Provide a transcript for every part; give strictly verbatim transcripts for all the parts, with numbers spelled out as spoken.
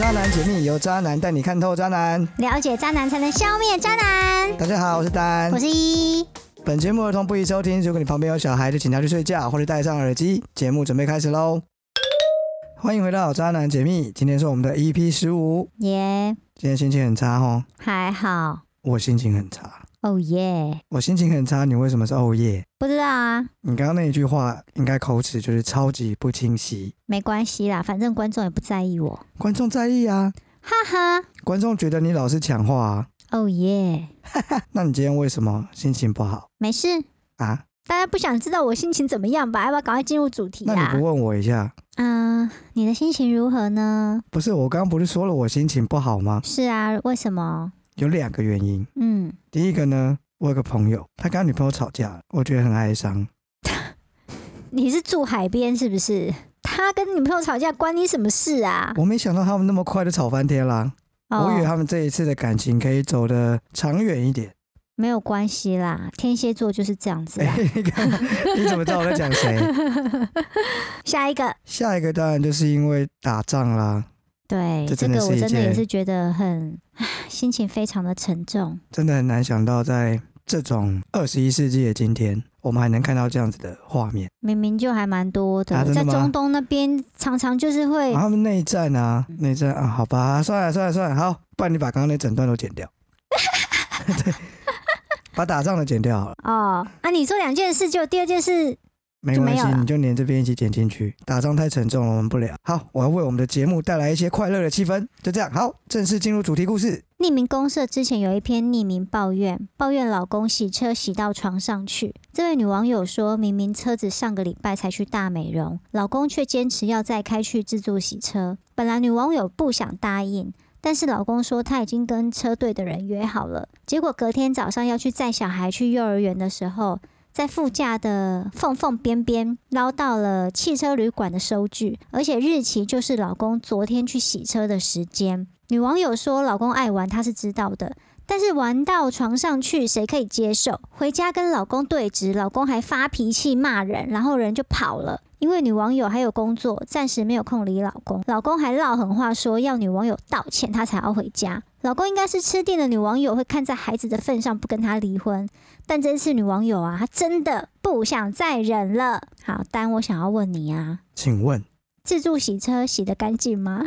渣男解密，由渣男带你看透渣男， 了解渣男才能消灭渣男。 大家好，我是丹， 我是一。 本节目儿童不宜收听，如果你旁边有小孩，就请他去睡觉或者戴上耳机。节目准备开始喽！欢迎回到渣男解密，今天是我们的 E P 十五。 耶， 今天心情很差哦。 还好。 我心情很差。 哦耶， 我心情很差，你为什么是哦耶？ 不知道啊。 你刚刚那一句话应该口齿就是超级不清晰。 没关系啦，反正观众也不在意我。 观众在意啊， 哈哈。 观众觉得你老是抢话啊。 哦耶。 那你今天为什么心情不好没事啊？ 大家不想知道我心情怎么样吧？要不要赶快进入主题啊？ 那你不问我一下？ 嗯、呃，你的心情如何呢？ 不是，我刚刚不是说了我心情不好吗？ 是啊，为什么？ 有两个原因。 嗯， 第一个呢，我有个朋友，他跟他女朋友吵架，我觉得很哀伤。 你是住海边是不是？他跟女朋友吵架关你什么事啊？ 我没想到他们那么快就吵翻天啦。 哦、 我以为他们这一次的感情可以走得长远一点。 没有关系啦，天蝎座就是这样子、啊欸、你, 你怎么知道我在讲谁？ 下一个， 下一个当然就是因为打仗啦。 对， 这, 这个我真的也是觉得很心情非常的沉重， 真的很难想到在这种二十一世纪的今天，我们还能看到这样子的画面。 明明就还蛮多的， 啊、的在中东那边常常就是会、 啊、他们内战啊，内战啊，好吧，算了算了算了，好，不然你把刚刚那整段都剪掉。对，把打仗的剪掉好了。 哦，啊，你说两件事，就第二件事没关系，你就连这边一起剪进去。打仗太沉重了，我们不聊。好，我要为我们的节目带来一些快乐的气氛。就这样，好，正式进入主题故事。 匿名公社之前有一篇匿名抱怨，抱怨老公洗车洗到床上去。这位女网友说，明明车子上个礼拜才去大美容，老公却坚持要再开去自助洗车。本来女网友不想答应，但是老公说他已经跟车队的人约好了。结果隔天早上要去载小孩去幼儿园的时候，在副驾的缝缝边边捞到了汽车旅馆的收据，而且日期就是老公昨天去洗车的时间。女网友说老公爱玩她是知道的，但是玩到床上去谁可以接受？回家跟老公对峙，老公还发脾气骂人，然后人就跑了。因为女网友还有工作，暂时没有空理老公。老公还撂狠话说要女网友道歉，他才要回家。老公应该是吃定了女网友会看在孩子的份上不跟他离婚，但这次女网友啊，她真的不想再忍了。好，丹，我想要问你啊， 请问自助洗车洗得干净吗？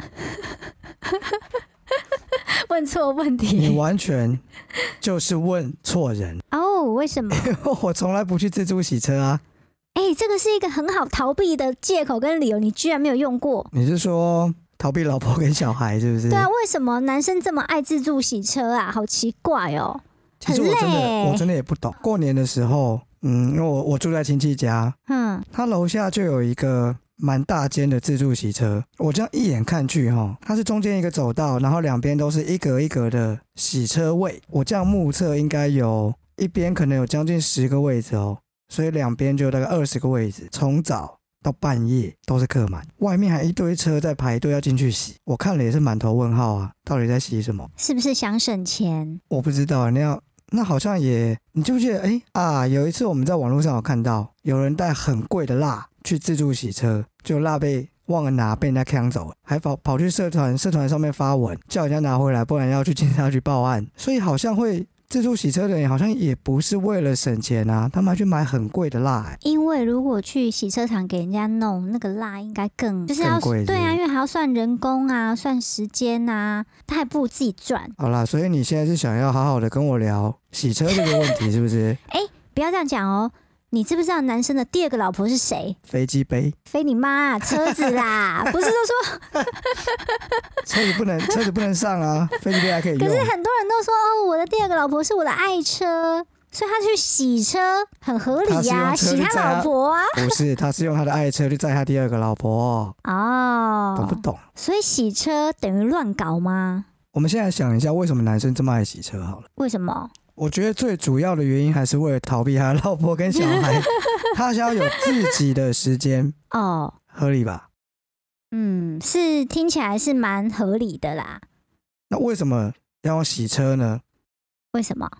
问错问题， 你完全就是问错人哦。为什么？ 我从来不去自助洗车啊。 哎、欸，这个是一个很好逃避的借口跟理由，你居然没有用过。 你是说逃避老婆跟小孩是不是？ 对啊，为什么男生这么爱自助洗车啊？好奇怪哦。 其实我真的我真的也不懂。过年的时候，嗯，因为我我住在亲戚家，嗯，他楼下就有一个蛮大间的自助洗车。我这样一眼看去哈，它是中间一个走道，然后两边都是一格一格的洗车位。我这样目测应该有一边可能有将近十个位置哦。所以两边就大概二十个位置，从早到半夜都是客满，外面还一堆车在排队要进去洗。我看了也是满头问号啊，到底在洗什么？ 是不是想省钱？ 我不知道，那样那好像也，你就觉得哎啊，有一次我们在网络上有看到有人带很贵的蜡去自助洗车，就蜡被忘了拿，被人家抢走了，还跑跑去社团社团上面发文，叫人家拿回来，不然要去警察局报案。所以好像会。自助洗车的人好像也不是为了省钱啊，他们还去买很贵的蜡、欸。 因为如果去洗车场给人家弄那个蜡，应该更就是要更贵是不是？对啊，因为还要算人工啊，算时间啊，他还不如自己赚。 好啦，所以你现在是想要好好的跟我聊洗车这个问题，是不是？ 哎、欸，不要这样讲哦。你知不知道男生的第二个老婆是谁？ 飞机杯？ 飞你妈！车子啦，不是都说车子不能车子不能上啊，飞机杯还可以用。 可是很多人都说哦，我的第二个老婆是我的爱车，所以他去洗车很合理呀、啊，洗他老婆啊。 不是，他是用他的爱车去载他第二个老婆。 哦， 懂不懂？ 所以洗车等于乱搞吗？ 我们现在想一下，为什么男生这么爱洗车好了？ 为什么？ 我觉得最主要的原因还是为了逃避他的老婆跟小孩，他想要有自己的时间哦，合理吧？ 嗯，是听起来是蛮合理的啦。 那为什么要用洗车呢？ 为什么？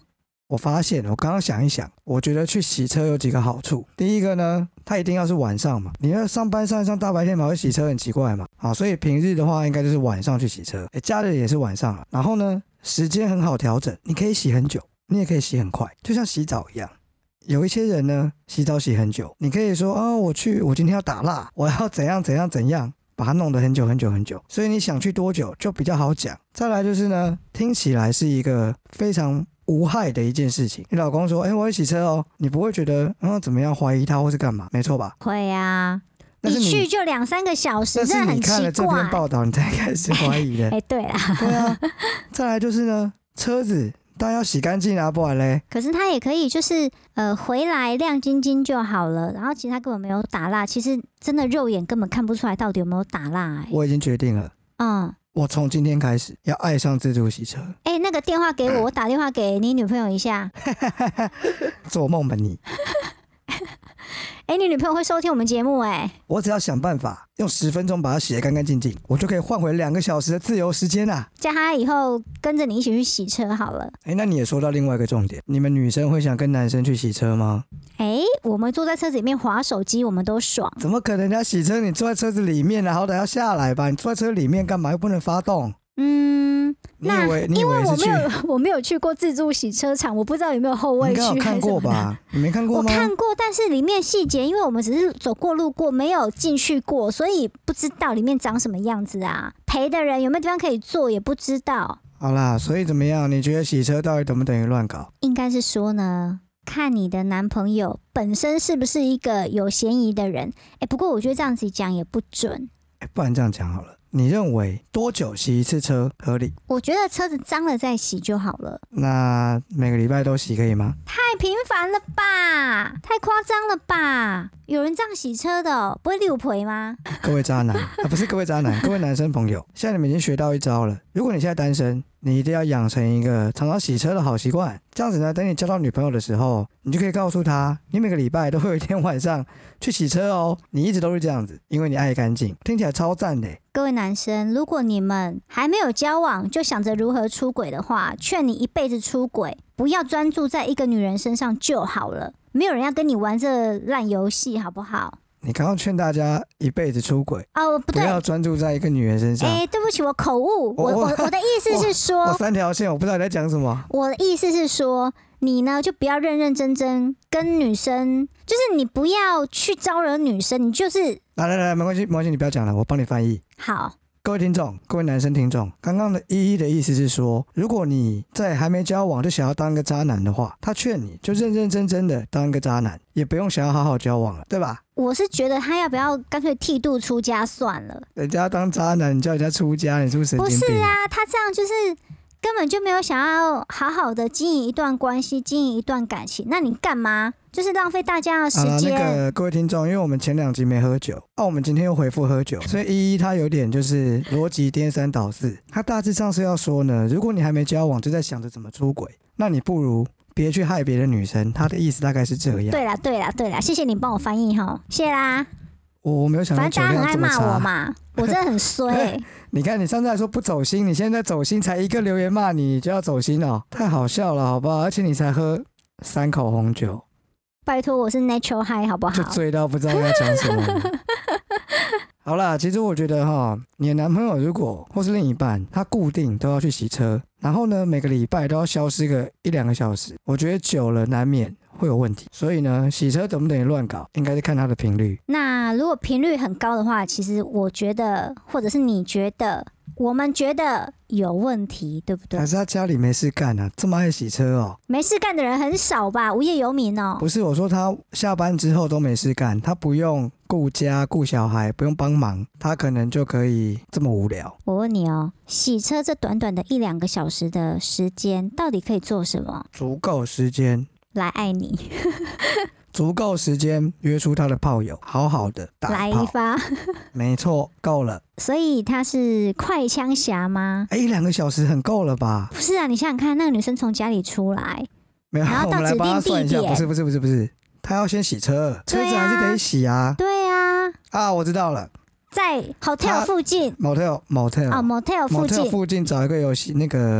我发现我刚刚想一想，我觉得去洗车有几个好处。第一个呢，它一定要是晚上嘛，你要上班上一上大白天跑去洗车很奇怪嘛，好，所以平日的话应该就是晚上去洗车，诶假日也是晚上了。然后呢，时间很好调整，你可以洗很久，你也可以洗很快，就像洗澡一样。有一些人呢，洗澡洗很久，你可以说啊，我去，我今天要打蜡，我要怎样怎样怎样，把它弄得很久很久很久，所以你想去多久就比较好讲。再来就是呢，听起来是一个非常无害的一件事情。你老公说，哎、欸，我会洗车哦，你不会觉得嗯怎么样怀疑他或是干嘛，没错吧？ 会啊。一去就两三个小时，真的很奇怪。 那是你看了这篇报道，你才开始怀疑的。 哎、欸，对啦， 对啊。再来就是呢，车子当然要洗干净啊，不然嘞。 可是他也可以，就是呃回来亮晶晶就好了。然后其实他根本没有打蜡，其实真的肉眼根本看不出来到底有没有打蜡、欸。 我已经决定了，嗯，我从今天开始要爱上自助洗车。 哎、欸，那个电话给我，我打电话给你女朋友一下。 做梦吧你！ 哎、欸，你女朋友会收听我们节目哎、欸。 我只要想办法用十分钟把它洗得干干净净，我就可以换回两个小时的自由时间啊！ 叫她以后跟着你一起去洗车好了。 哎、欸，那你也说到另外一个重点，你们女生会想跟男生去洗车吗？ 哎、欸，我们坐在车子里面滑手机，我们都爽。 怎么可能？人家洗车，你坐在车子里面啊，好歹要下来吧？你坐在车里面干嘛？又不能发动。 嗯， 那因为我没有我没有去过自助洗车场，我不知道有没有后位区还是什么的。 你应该有看过吧？你没看过吗？ 我看过，但是里面细节，因为我们只是走过路过，没有进去过，所以不知道里面长什么样子啊。陪的人有没有地方可以坐也不知道。 好啦，所以怎么样？你觉得洗车到底等不等于乱搞？ 应该是说呢，看你的男朋友本身是不是一个有嫌疑的人。哎，不过我觉得这样子讲也不准。 哎，不然这样讲好了。你认为多久洗一次车合理？ 我觉得车子脏了再洗就好了。 那每个礼拜都洗可以吗？ 太频繁了吧，太夸张了吧？有人这样洗车的、哦，不会溜赔吗？ 各位渣男啊，不是各位渣男，各位男生朋友，现在你们已经学到一招了。如果你现在单身，你一定要养成一个常常洗车的好习惯。这样子呢，等你交到女朋友的时候，你就可以告诉她，你每个礼拜都会有一天晚上去洗车哦。你一直都是这样子，因为你爱干净，听起来超赞的。 各位男生，如果你们还没有交往就想着如何出轨的话，劝你一辈子出轨，不要专注在一个女人身上就好了。没有人要跟你玩这烂游戏，好不好？ 你刚刚劝大家一辈子出轨哦，不对， 不要专注在一个女人身上。 哎、欸，对不起，我口误。我我我的意思是说， 我, 我三条线，我不知道你在讲什么。 我的意思是说，你呢就不要认认真真跟女生，就是你不要去招惹女生，你就是来来来，没关系没关系，你不要讲了，我帮你翻译。 好。 各位听众，各位男生听众，刚刚的依依的意思是说，如果你在还没交往就想要当一个渣男的话，他劝你就认认真真的当一个渣男，也不用想要好好交往了，对吧？ 我是觉得他要不要干脆剃度出家算了。 人家当渣男，你叫人家出家，你是不是神经病？ 不是啊，他这样就是根本就没有想要好好的经营一段关系，经营一段感情，那你干嘛？就是浪费大家的时间。 好了，那个各位听众，因为我们前两集没喝酒，那、啊、我们今天又回复喝酒，所以依依他有点就是逻辑颠三倒四。他大致上是要说呢，如果你还没交往就在想着怎么出轨，那你不如别去害别的女生。他的意思大概是这样。 对啦对啦对啦，谢谢你帮我翻译哈，谢啦。 我没有想到酒量这么差， 反正大家很爱骂我嘛，我真的很衰、欸。 你看，你上次还说不走心，你现在走心，才一个留言骂你，你就要走心哦，太好笑了，好不好？而且你才喝三口红酒， 拜托，我是 natural high 好不好？ 就醉到不知道要讲什么。好啦，其实我觉得哈，你的男朋友如果或是另一半，他固定都要去洗车，然后呢，每个礼拜都要消失个一两个小时，我觉得久了难免会有问题。所以呢，洗车等不等于乱搞，应该是看他的频率。 那如果频率很高的话，其实我觉得，或者是你觉得，我们觉得有问题，对不对？ 还是他家里没事干啊？这么爱洗车哦？ 没事干的人很少吧？无业游民哦？ 不是，我说他下班之后都没事干，他不用顾家顾小孩，不用帮忙，他可能就可以这么无聊。 我问你哦，洗车这短短的一两个小时的时间，到底可以做什么？ 足够时间来爱你。 足够时间约出他的炮友，好好的打炮， 来一发。 没错，够了。 所以他是快枪侠吗？ 哎，一两个小时很够了吧？ 不是啊，你想想看，那个女生从家里出来， 没有， 然后到指定地点， 不是不是不是不是，他要先洗车，车子还是得洗啊。 对啊。 啊，我知道了， 在 hotel 附近 ，motel motel 哦 motel 附近 motel 附近找一个有洗那个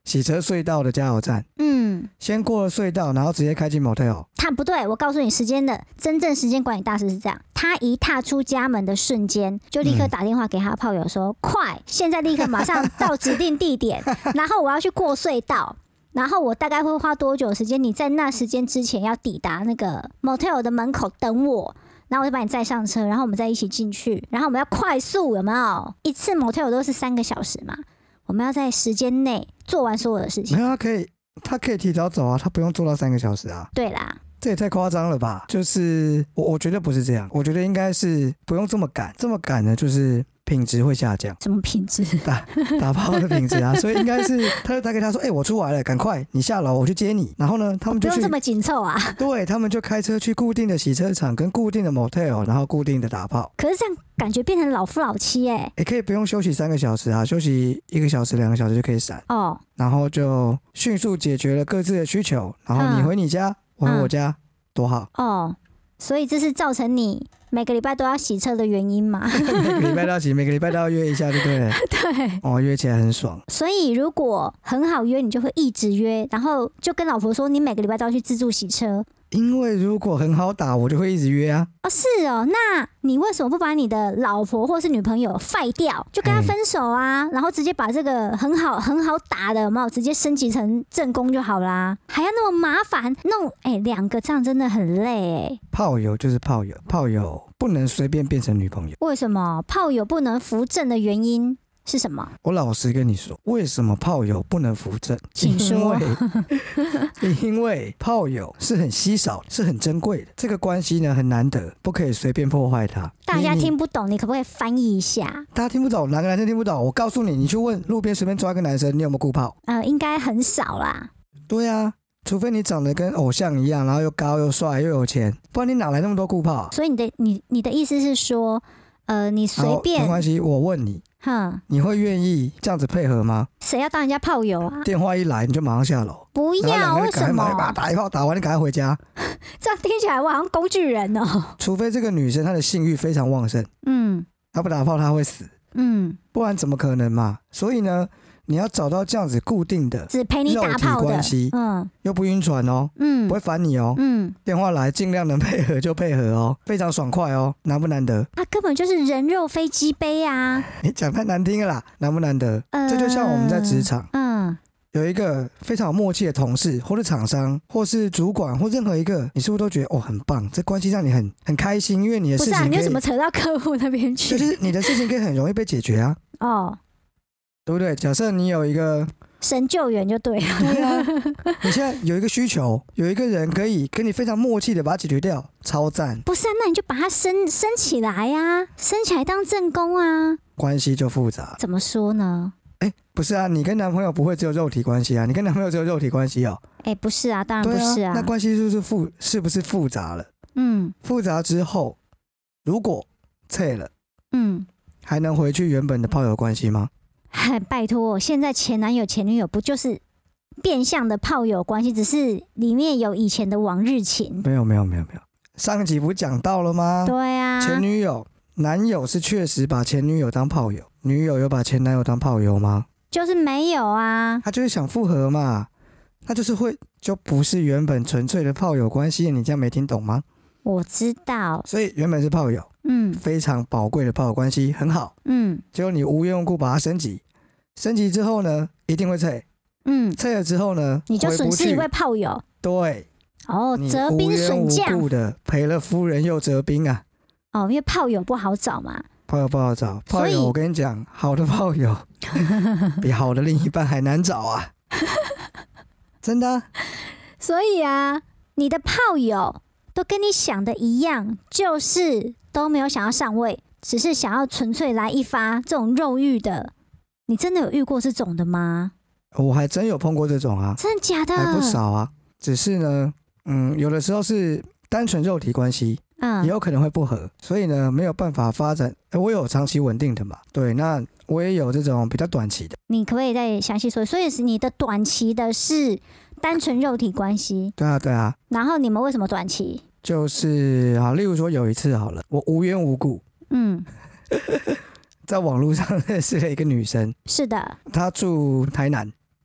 洗车隧道的加油站，嗯，先过了隧道，然后直接开进 motel。 他不对，我告诉你，时间的真正时间管理大师是这样：他一踏出家门的瞬间，就立刻打电话给他炮友说：“嗯、快，现在立刻马上到指定地点，然后我要去过隧道。”然后我大概会花多久时间？你在那时间之前要抵达那个 motel 的门口等我，然后我就把你载上车，然后我们再一起进去。然后我们要快速，有没有？一次 motel 都是三个小时嘛，我们要在时间内做完所有的事情。 没有，他可以，他可以提早走啊，他不用做到三个小时啊。 对啦， 这也太夸张了吧？就是我，我觉得不是这样，我觉得应该是不用这么赶，这么赶呢，就是品质会下降。 什么品质？ 打打炮的品质啊！所以应该是他就打给他说：“哎、欸，我出来了，赶快你下楼，我去接你。”然后呢，他们就去不用这么紧凑啊。 对，他们就开车去固定的洗车场跟固定的 motel， 然后固定的打炮。 可是这样感觉变成老夫老妻哎、欸。 也、欸、可以不用休息三个小时啊，休息一个小时、两个小时就可以闪哦。然后就迅速解决了各自的需求，然后你回你家，嗯、我回我家。嗯多好哦， 所以这是造成你每个礼拜都要洗车的原因嘛？ 每个礼拜都要洗，每个礼拜都要约一下，对不对？ 对， 哦，约起来很爽。 所以如果很好约，你就会一直约，然后就跟老婆说，你每个礼拜都要去自助洗车。 因为如果很好打，我就会一直约啊。 哦，是哦，那你为什么不把你的老婆或是女朋友废掉，就跟她分手啊？然后直接把这个很好很好打的，有没有直接升级成正宫就好啦？还要那么麻烦弄？哎，两个这样真的很累哎。 炮友就是炮友，炮友不能随便变成女朋友。 为什么炮友不能扶正的原因是什么？ 我老实跟你说，为什么炮友不能扶正？ 请说。 因为, 因为炮友是很稀少，是很珍贵的，这个关系呢很难得，不可以随便破坏它。 大家听不懂，你可不可以翻译一下？ 大家听不懂，哪个男生听不懂？我告诉你，你去问路边随便抓一个男生，你有没有顾炮？ 呃，应该很少啦。 对啊。除非你长得跟偶像一样，然后又高又帅又有钱，不然你哪来那么多顾炮、啊？ 所以你的你你的意思是说，呃，你随便没关系，我问你，哼，你会愿意这样子配合吗？ 谁要当人家炮友啊？ 电话一来你就马上下楼？ 不要，为什么？ 把打一炮打完，你赶快回家。 这样听起来我好像工具人哦。 除非这个女生她的性欲非常旺盛，嗯，她不打炮她会死，嗯，不然怎么可能嘛？所以呢。你要找到这样子固定的只陪你打炮的关系，嗯，又不晕船哦，嗯，不会烦你哦，嗯，电话来尽量能配合就配合哦，非常爽快哦，难不难得？ 啊，根本就是人肉飞机杯啊！ 你讲太难听了啦，难不难得？呃、这就像我们在职场，嗯，有一个非常有默契的同事，或是厂商，或是主管，或任何一个，你是不是都觉得哦很棒？这关系让你很很开心，因为你的事情可以， 不是啊，你为什么扯到客户那边去？ 就是你的事情可以很容易被解决啊。哦。对不对？假设你有一个神救援就对了。 对啊，你现在有一个需求，有一个人可以跟你非常默契的把它解决掉，超赞。 不是啊，那你就把它升升起来啊，升起来当正宫啊。 关系就复杂。 怎么说呢？ 哎，不是啊，你跟男朋友不会只有肉体关系啊，你跟男朋友只有肉体关系哦。 哎，不是啊，当然不是啊。 啊那关系是不是复是不是复杂了？嗯，复杂之后，如果撤了，嗯，还能回去原本的炮友关系吗？ 嗨，拜托，现在前男友前女友不就是变相的炮友关系，只是里面有以前的往日情。 没有没有没有没有，上一集不讲到了吗？ 对啊， 前女友男友是确实把前女友当炮友，女友有把前男友当炮友吗？ 就是没有啊， 他就是想复合嘛，他就是会就不是原本纯粹的炮友关系，你这样没听懂吗？ 我知道， 所以原本是炮友，嗯，非常宝贵的炮友关系很好，嗯，结果你无缘无故把它升级，升级之后呢，一定会撤，嗯，撤了之后呢， 你就损失一位炮友， 对， 哦，折兵损将， 无缘无故的赔了夫人又折兵啊， 哦，因为炮友不好找嘛， 炮友不好找，炮友我跟你讲，好的炮友比好的另一半还难找啊，真的、啊， 所以啊，你的炮友。都跟你想的一样，就是都没有想要上位，只是想要纯粹来一发这种肉欲的。你真的有遇过这种的吗？ 我还真有碰过这种啊， 真的假的？ 还不少啊。只是呢，嗯，有的时候是单纯肉体关系，嗯，也有可能会不合，所以呢没有办法发展。我有长期稳定的嘛，对，那我也有这种比较短期的。 你可不可以再详细说？所以是你的短期的是单纯肉体关系？ 对啊，对啊。 然后你们为什么短期？ 就是啊，例如说有一次好了，我无缘无故，嗯，在网络上认识了一个女生。 是的。 她住台南。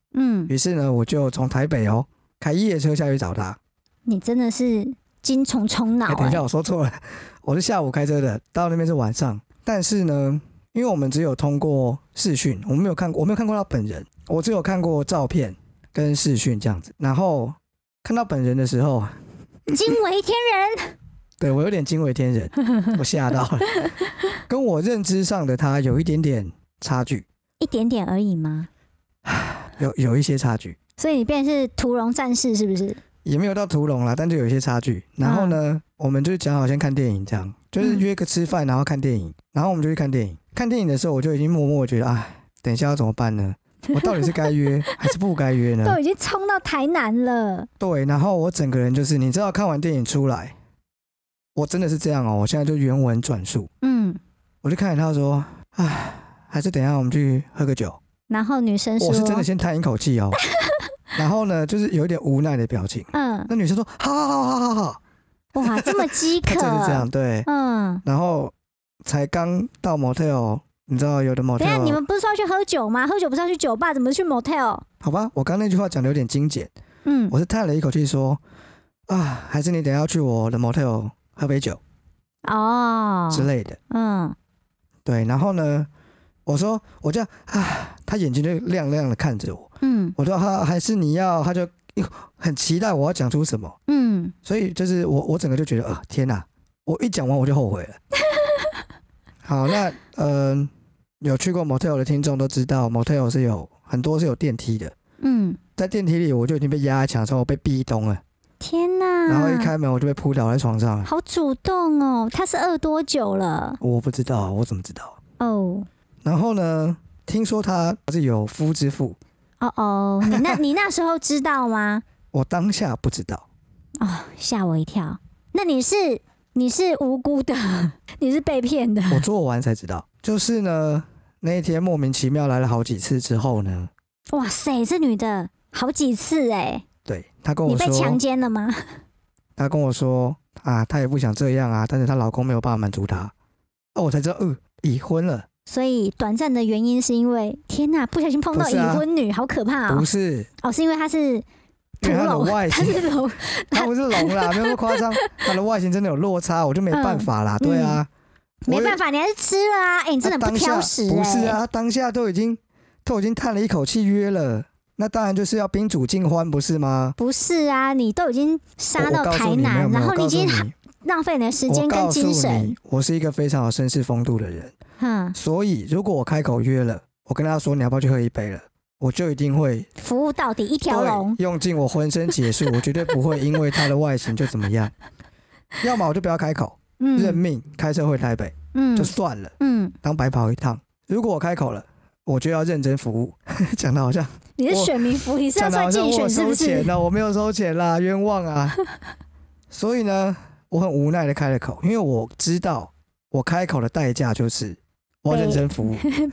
嗯，于是呢，我就从台北哦开夜车下去找他。 你真的是精虫充脑、欸欸。 等一下，我说错了，我是下午开车的，到那边是晚上。但是呢，因为我们只有通过视讯，我们没有看过，我没有看过他本人，我只有看过照片跟视讯这样子。然后看到本人的时候， 惊为天人。 对，我有点惊为天人，我吓到了，跟我认知上的他有一点点差距。 一点点而已吗？ 有有一些差距。 所以你变成是屠龙战士是不是？ 也没有到屠龙啦，但就有一些差距。然后呢，嗯、我们就讲好先看电影，这样就是约个吃饭，然后看电影，然后我们就去看电影。看电影的时候，我就已经默默觉得，哎，等一下要怎么办呢？我到底是该约还是不该约呢？ 都已经冲到台南了。 对，然后我整个人就是，你知道，看完电影出来，我真的是这样哦。我现在就原文转述，嗯，我就看着他说，哎，还是等一下我们去喝个酒。 然后女生说， 我是真的先叹一口气哦。然后呢，就是有一点无奈的表情。嗯，那女生说：“好好好好好好。” 哇，这么饥渴， 真的这样对。嗯，然后才刚到 motel， 你知道有的 motel。 等一下，你们不是说要去喝酒吗？喝酒不是要去酒吧，怎么去 motel？ 好吧，我刚那句话讲的有点精简。嗯，我是叹了一口气说：“啊，还是你等一下要去我的 motel 喝杯酒哦之类的。”嗯，对。然后呢，我说我这样啊，他眼睛就亮亮的看着我。嗯，我说他还是你要，他就很期待我要讲出什么。嗯，所以就是我我整个就觉得，呃，天哪！我一讲完我就后悔了。好，那嗯、呃，有去过 motel 的听众都知道 ，motel 是有很多是有电梯的。嗯，在电梯里我就已经被压在墙上，我被壁咚了。 天哪！ 然后一开门我就被扑倒在床上了。 好主动哦！他是饿多久了？ 我不知道，我怎么知道？哦。然后呢？听说他是有夫之妇。 哦哦，你那你那时候知道吗？ 我当下不知道。 哦，吓我一跳。那你是你是无辜的，你是被骗的。 我做完才知道。就是呢，那一天莫名其妙来了好几次之后呢， 哇塞，这女的好几次哎。 对，她跟我说， 你被强奸了吗？ 她跟我说啊，她也不想这样啊，但是她老公没有办法满足她。哦，我才知道，呃，已婚了。 所以短暂的原因是因为，天哪，不小心碰到已婚女，啊、好可怕哦！ 不是， 哦，是因为她是屠龙， 她是龙， 她不是龙啦，没有那么夸张。她的外形真的有落差，我就没办法啦。嗯、对啊、 嗯，没办法，你还是吃了啊！哎、欸，你真的不挑食、欸。 不是啊，当下都已经都已经叹了一口气约了，那当然就是要宾主尽欢，不是吗？ 不是啊，你都已经杀到台南，然后你已经浪费你的时间跟精神。 我, 我是一个非常有绅士风度的人。嗯，所以如果我开口约了，我跟他说你要不要去喝一杯了，我就一定会服务到底一条龙， 用尽我浑身解数，我绝对不会因为他的外形就怎么样。要么我就不要开口，嗯、认命开车回台北，嗯、就算了，嗯，当白跑一趟。如果我开口了，我就要认真服务。讲的好像你是选民服，你是要算竞选是不是？ 我收钱了，我没有收钱啦，冤枉啊！所以呢，我很无奈的开了口，因为我知道我开口的代价就是我要认真服务。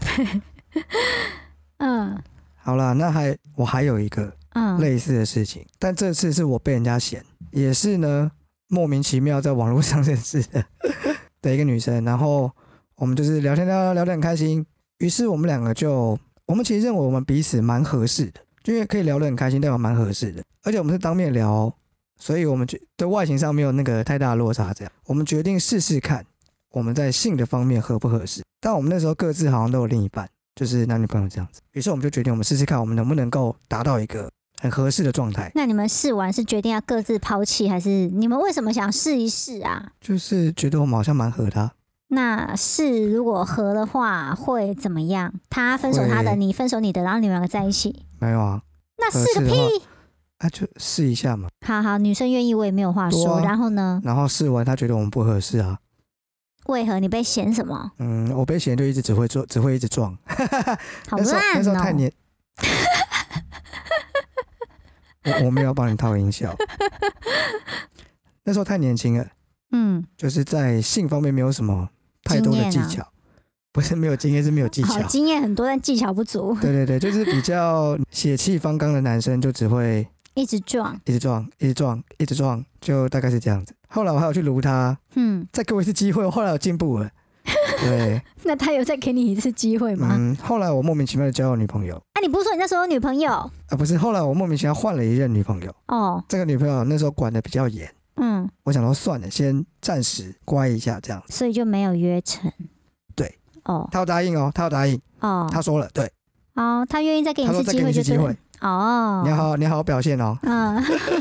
嗯，好啦，那还我还有一个类似的事情，嗯、但这次是我被人家嫌，也是呢莫名其妙在网络上认识的的一个女生，然后我们就是聊天聊聊聊得很开心，于是我们两个就我们其实认为我们彼此蛮合适的，就因为可以聊得很开心，代表蛮合适的，而且我们是当面聊、哦，所以我们对外形上没有那个太大的落差，这样我们决定试试看。我们在性的方面合不合适？但我们那时候各自好像都有另一半，就是男女朋友这样子。于是我们就决定，我们试试看，我们能不能够达到一个很合适的状态。 那你们试完是决定要各自抛弃，还是你们为什么想试一试啊？ 就是觉得我们好像蛮合的、啊。 那是如果合的话会怎么样？他分手他的，你分手你的，然后你们两个在一起？ 没有啊。 那试个屁！ 啊，就试一下嘛。 好好，女生愿意，我也没有话说。啊、然后呢？ 然后试完，他觉得我们不合适啊。 为何你被嫌什么？ 嗯，我被嫌就一直只会做，只会一直撞。 好烂哦！ 那时候太年，我我没有帮你套音效。那时候太年轻了，嗯，就是在性方面没有什么太多的技巧，啊、不是没有经验，是没有技巧。 经验很多，但技巧不足。 对对对，就是比较血气方刚的男生，就只会一直撞， 一直撞，一直撞，一直撞，就大概是这样子。后来我还有去撸他，嗯，再给我一次机会，我后来有进步了。 对， 那他有再给你一次机会吗？ 嗯，后来我莫名其妙的交了女朋友。 啊，你不是说你那时候有女朋友？啊， 不是，后来我莫名其妙换了一任女朋友。哦，这个女朋友那时候管的比较严。嗯，我想说算了，先暂时乖一下这样， 所以就没有约成。 对，哦，他有答应哦，他有答应。哦，他说了，对。哦， 他愿意再给你一次机会就对了。哦， 你要好，你要好好表现哦。嗯。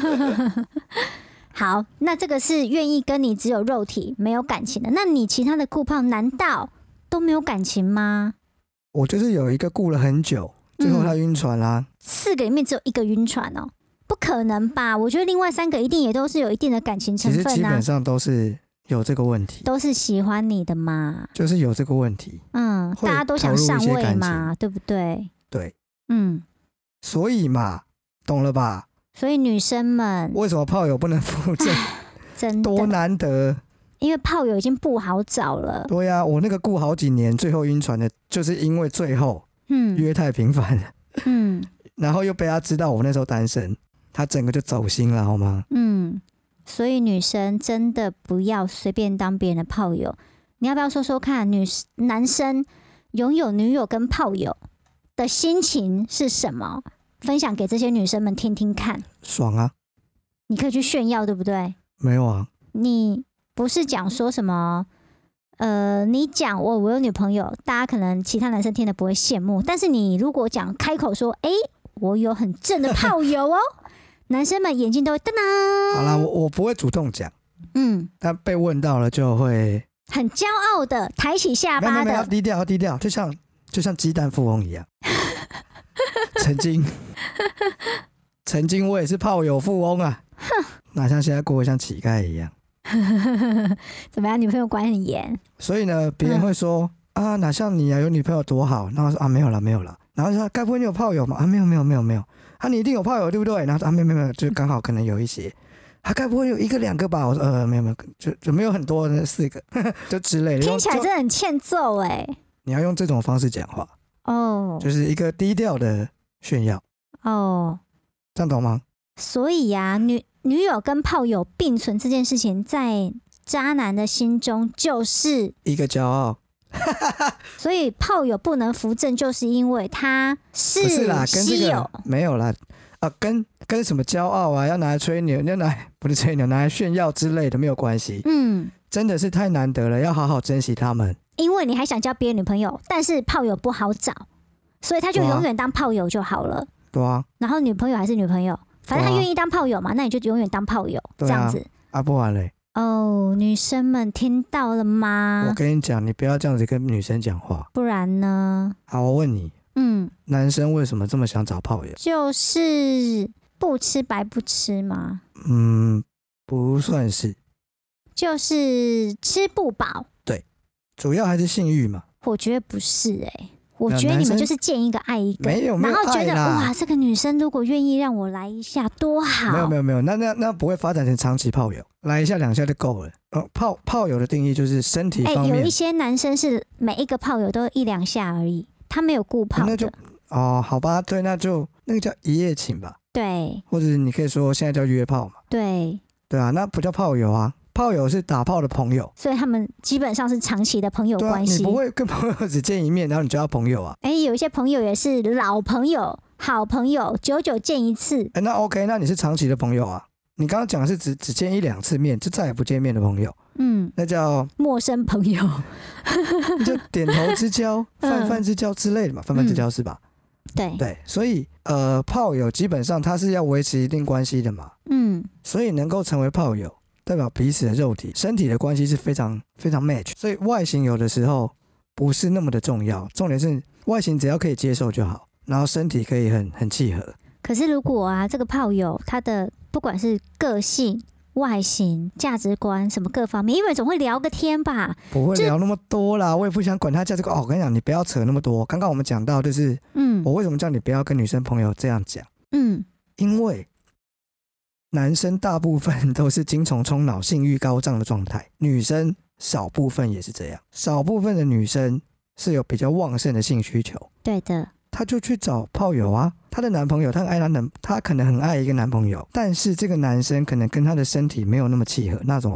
好，那这个是愿意跟你只有肉体没有感情的，那你其他的顾炮难道都没有感情吗？ 我就是有一个顾了很久，最后他晕船啦、啊嗯。四个里面只有一个晕船哦，不可能吧？我觉得另外三个一定也都是有一定的感情成分啊。 其实基本上都是有这个问题， 都是喜欢你的嘛， 就是有这个问题。嗯， 大家都想上位嘛，对不对？ 对，嗯，所以嘛，懂了吧？ 所以女生们为什么炮友不能扶正？ 真的多难得， 因为炮友已经不好找了。 对呀、啊，我那个顾好几年，最后晕船的，就是因为最后嗯约太频繁了，嗯，然后又被他知道我那时候单身，他整个就走心了，好吗？ 嗯，所以女生真的不要随便当别人的炮友。你要不要说说看，女男生拥有女友跟炮友的心情是什么？分享给这些女生们听听看。 爽啊！ 你可以去炫耀，对不对？ 没有啊。 你不是讲说什么？呃，你讲我我有女朋友，大家可能其他男生听了不会羡慕，但是你如果讲开口说，哎，我有很正的炮友哦，男生们眼睛都会噔噔。 好啦，我我不会主动讲，嗯，但被问到了就会很骄傲的抬起下巴的， 没有没有，要低调，要低调，就像就像鸡蛋富翁一样。曾经，曾经我也是炮友富翁啊，哪像现在过得像乞丐一样。 怎么样？女朋友管很严， 所以呢，别人会说、嗯、啊，哪像你啊，有女朋友多好。然后说啊，没有了，没有了。然后说，该不会你有炮友吗？啊，没有，没有，没有，没有。啊，你一定有炮友对不对？然后说啊，没有，没有，没有，就刚好可能有一些。啊，该不会有一个两个吧？我说呃，没有，没有，就就没有很多的四个，就之类的。 听起来真的很欠揍哎、欸。 你要用这种方式讲话。哦，就是一个低调的炫耀哦，这样懂吗？ 所以呀、啊，女女友跟炮友并存这件事情，在渣男的心中就是一个骄傲。 所以炮友不能扶正，就是因为他是稀有。 不是啦，跟这个没有啦啊，跟跟什么骄傲啊，要拿来吹牛，要拿来不是吹牛，拿来炫耀之类的没有关系。嗯，真的是太难得了，要好好珍惜他们。 因为你还想交别的女朋友，但是炮友不好找，所以他就永远当炮友就好了。 对啊。 然后女朋友还是女朋友，反正他愿意当炮友嘛，那你就永远当炮友、啊、这样子。 啊，不然嘞？ 哦，女生们听到了吗？ 我跟你讲，你不要这样子跟女生讲话， 不然呢？ 好，我问你，嗯，男生为什么这么想找炮友？ 就是不吃白不吃吗？ 嗯，不算是， 就是吃不饱。 主要还是性欲嘛？ 我觉得不是哎、欸，我觉得你们就是见一个爱一个， 没有没有然后觉得哇，这个女生如果愿意让我来一下多好。 没有没有没有，那那那不会发展成长期炮友，来一下两下就够了。呃，炮炮友的定义就是身体方面。 哎、欸，有一些男生是每一个炮友都一两下而已，他没有顾炮的。 那就哦，好吧，对，那就那个叫一夜情吧。 对， 或者你可以说现在叫约炮嘛。 对， 对啊，那不叫炮友啊。炮友是打炮的朋友， 所以他们基本上是长期的朋友关系、 啊。你不会跟朋友只见一面，然后你就要朋友啊？ 哎、欸，有一些朋友也是老朋友、好朋友，久久见一次。 哎、欸，那 OK， 那你是长期的朋友啊？你刚刚讲的是只只见一两次面，就再也不见面的朋友，嗯，那叫陌生朋友， 就点头之交、泛泛之交之类的嘛，泛泛之交是吧？ 对对，所以呃，炮友基本上他是要维持一定关系的嘛，嗯，所以能够成为炮友。代表彼此的肉体、身体的关系是非常非常 match， 所以外形有的时候不是那么的重要，重点是外形只要可以接受就好，然后身体可以很很契合。 可是如果啊，这个炮友他的不管是个性、外形、价值观什么各方面，因为总会聊个天吧？ 不会聊那么多啦，我也不想管他价值观。哦，我跟你讲，你不要扯那么多。刚刚我们讲到就是，嗯，我为什么叫你不要跟女生朋友这样讲？嗯，因为。男生大部分都是精虫充脑、性欲高涨的状态，女生少部分也是这样。少部分的女生是有比较旺盛的性需求， 对的， 她就去找炮友啊。她的男朋友，她很爱她男，她可能很爱一个男朋友，但是这个男生可能跟她的身体没有那么契合，那怎么办？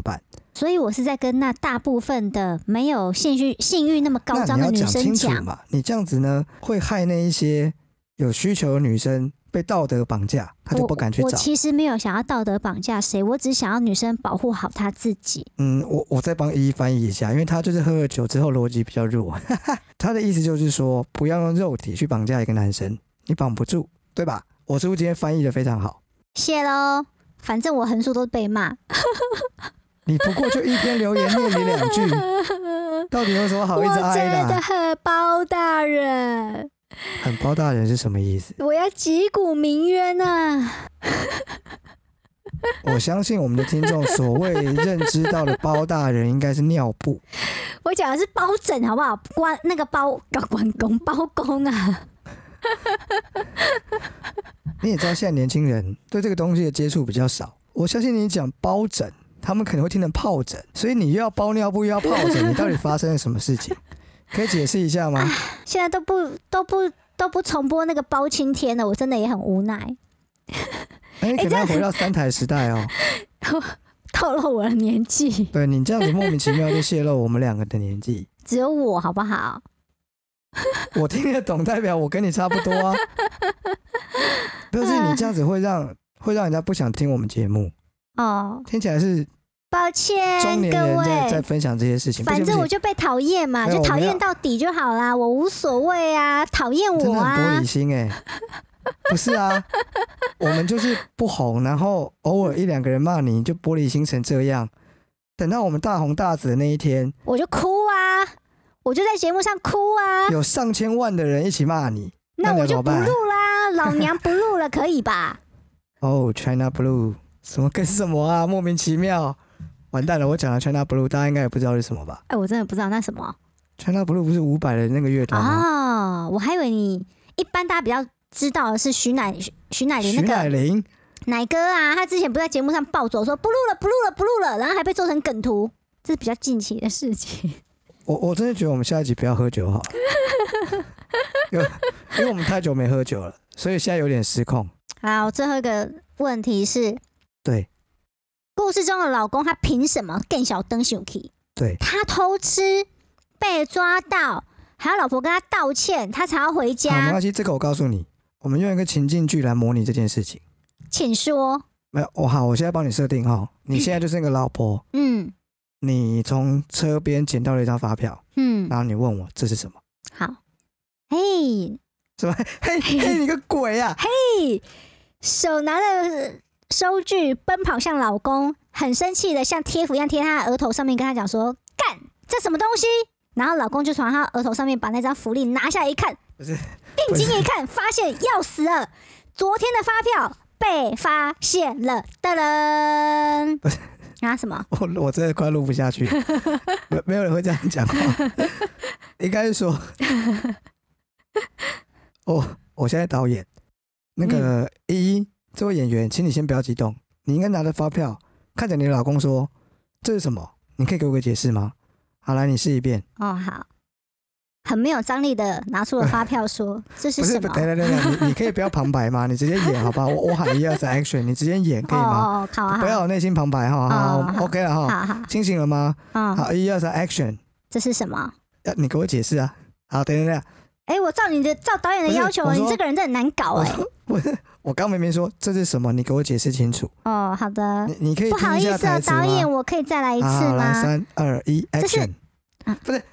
所以我是在跟那大部分的没有性欲性欲那么高涨的女生讲。 那你要讲清楚嘛，你这样子呢会害那一些有需求的女生被道德绑架，她就不敢去找。 我, 我其实没有想要道德绑架谁，我只想要女生保护好她自己。 嗯，我我再帮依依翻译一下，因为她就是喝了酒之后逻辑比较弱。她的意思就是说，不要用肉体去绑架一个男生，你绑不住，对吧？我是不是今天翻译的非常好？ 谢喽，反正我横竖都被骂。 你不过就一篇留言念你两句，到底有什么好一直挨的、啊？ 我真的很包大人。 很包大人是什么意思？ 我要击鼓鸣冤啊！ 我相信我们的听众所谓认知到的包大人应该是尿布。 我讲的是包拯，好不好？关那个包搞关公包公啊！ 你也知道现在年轻人对这个东西的接触比较少，我相信你讲包拯，他们可能会听成疱疹，所以你又要包尿布又要疱疹，你到底发生了什么事情？可以解释一下吗？ 现在都不都不都不重播那个包青天了，我真的也很无奈。 哎、欸，可能要回到三台时代哦。 透露我的年纪。 对，你这样子莫名其妙就泄露我们两个的年纪。 只有我好不好？ 我听得懂，代表我跟你差不多啊。不是你这样子会让会让人家不想听我们节目哦。听起来是。 抱歉， 中年人在在分享这些事情， 反正我就被讨厌嘛，就讨厌到底就好啦，我无所谓啊，讨厌我啊， 真的很玻璃心哎、欸，不是啊，我们就是不红，然后偶尔一两个人骂你，就玻璃心成这样，等到我们大红大紫的那一天， 我就哭啊，我就在节目上哭啊， 有上千万的人一起骂你， 那我就不录啦，老娘不录了，可以吧？ 哦、oh, ，China Blue， 什么跟什么啊，莫名其妙。完蛋了，我讲了 China Blue， 大家应该也不知道是什么吧？ 哎、欸，我真的不知道那什么。 China Blue 不是伍佰的那个乐团吗？ 哦，我还以为你一般大家比较知道的是徐乃徐乃麟那个徐乃麟乃哥啊，他之前不是在节目上暴走说不录了不录了不录了，然后还被做成梗图，这是比较近期的事情。 我我真的觉得我们下一集不要喝酒好了，因为因为我们太久没喝酒了，所以现在有点失控。 好，最后一个问题是， 对。 故事中的老公他凭什么更小灯生气？ 对， 他偷吃被抓到，还要老婆跟他道歉，他才要回家。 好，没关系，这个我告诉你，我们用一个情境剧来模拟这件事情。 请说。 没有，我好，我现在帮你设定哈，你现在就是那个老婆，嗯，你从车边捡到了一张发票，嗯，然后你问我这是什么？ 好，嘿， 什么？嘿嘿，你个鬼啊！ 嘿，手拿着收据奔跑向老公，很生气的像贴符一样贴他的额头上面，跟他讲说：“干，这什么东西？”然后老公就从他额头上面把那张福利拿下来一看， 不是， 定睛一看，发现要死了，昨天的发票被发现了，噔噔， 不是啊什么？ 我我真的快录不下去，没没有人会这样讲话，应该是说，哦，我现在导演，那个依依。这位演员，请你先不要激动。你应该拿着发票，看着你的老公说：“这是什么？你可以给我个解释吗？”好，来，你试一遍。 哦，好，很没有张力的拿出了发票说：“这是什么？” 不是，等等等等，你你可以不要旁白吗？你直接演好不好？我我喊一二三 action， 你直接演可以吗？ 哦，好啊， 不要有内心旁白哈。好，好 ，OK 了哈。 好好， 清醒了吗？ 嗯， 好，一二三 action。 这是什么？ 要你给我解释啊。好，等等等。 哎、欸，我照你的照导演的要求，你这个人真的很难搞哎、欸。 不是，我刚明明说这是什么，你给我解释清楚。 哦，好的。 你你可以听一下台词吗？ 不好意思、哦，导演，我可以再来一次吗？ 好，来，三二一 ，action。 啊、 不是，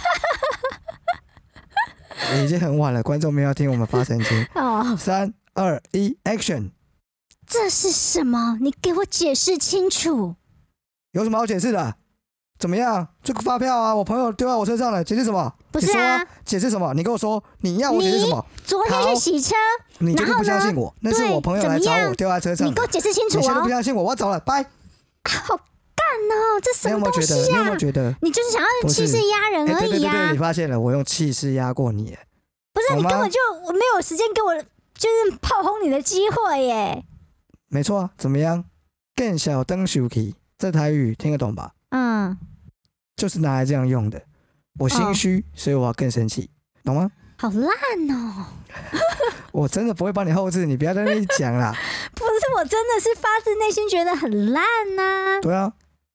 已经很晚了，观众没有听我们发神经。哦，三二一 ，action。 这是什么？你给我解释清楚。 有什么好解释的？怎么样？这个发票啊，我朋友丢在我身上了，解释什么？ 不是啊， 解释什么？你跟我说，你要我解释什么？ 昨天去洗车， 你绝对不相信我，那是我朋友来找我丢在车上， 你给我解释清楚、哦！ 你现在不相信我，我要走了，拜。 好干哦，这什么东西啊？ 你有没有觉得？ 你就是想要气势压人而已啊！ 欸、对对对对，你发现了，我用气势压过你。 不是，你根本就没有时间给我，就是炮轰你的机会耶。 没错，怎么样？更小灯手气，这台语听得懂吧？嗯。就是拿来这样用的，我心虚，哦、所以我要更生气，懂吗？ 好烂哦！ 我真的不会帮你后置，你不要在那边讲啦。 不是，我真的是发自内心觉得很烂呐、啊。 对啊，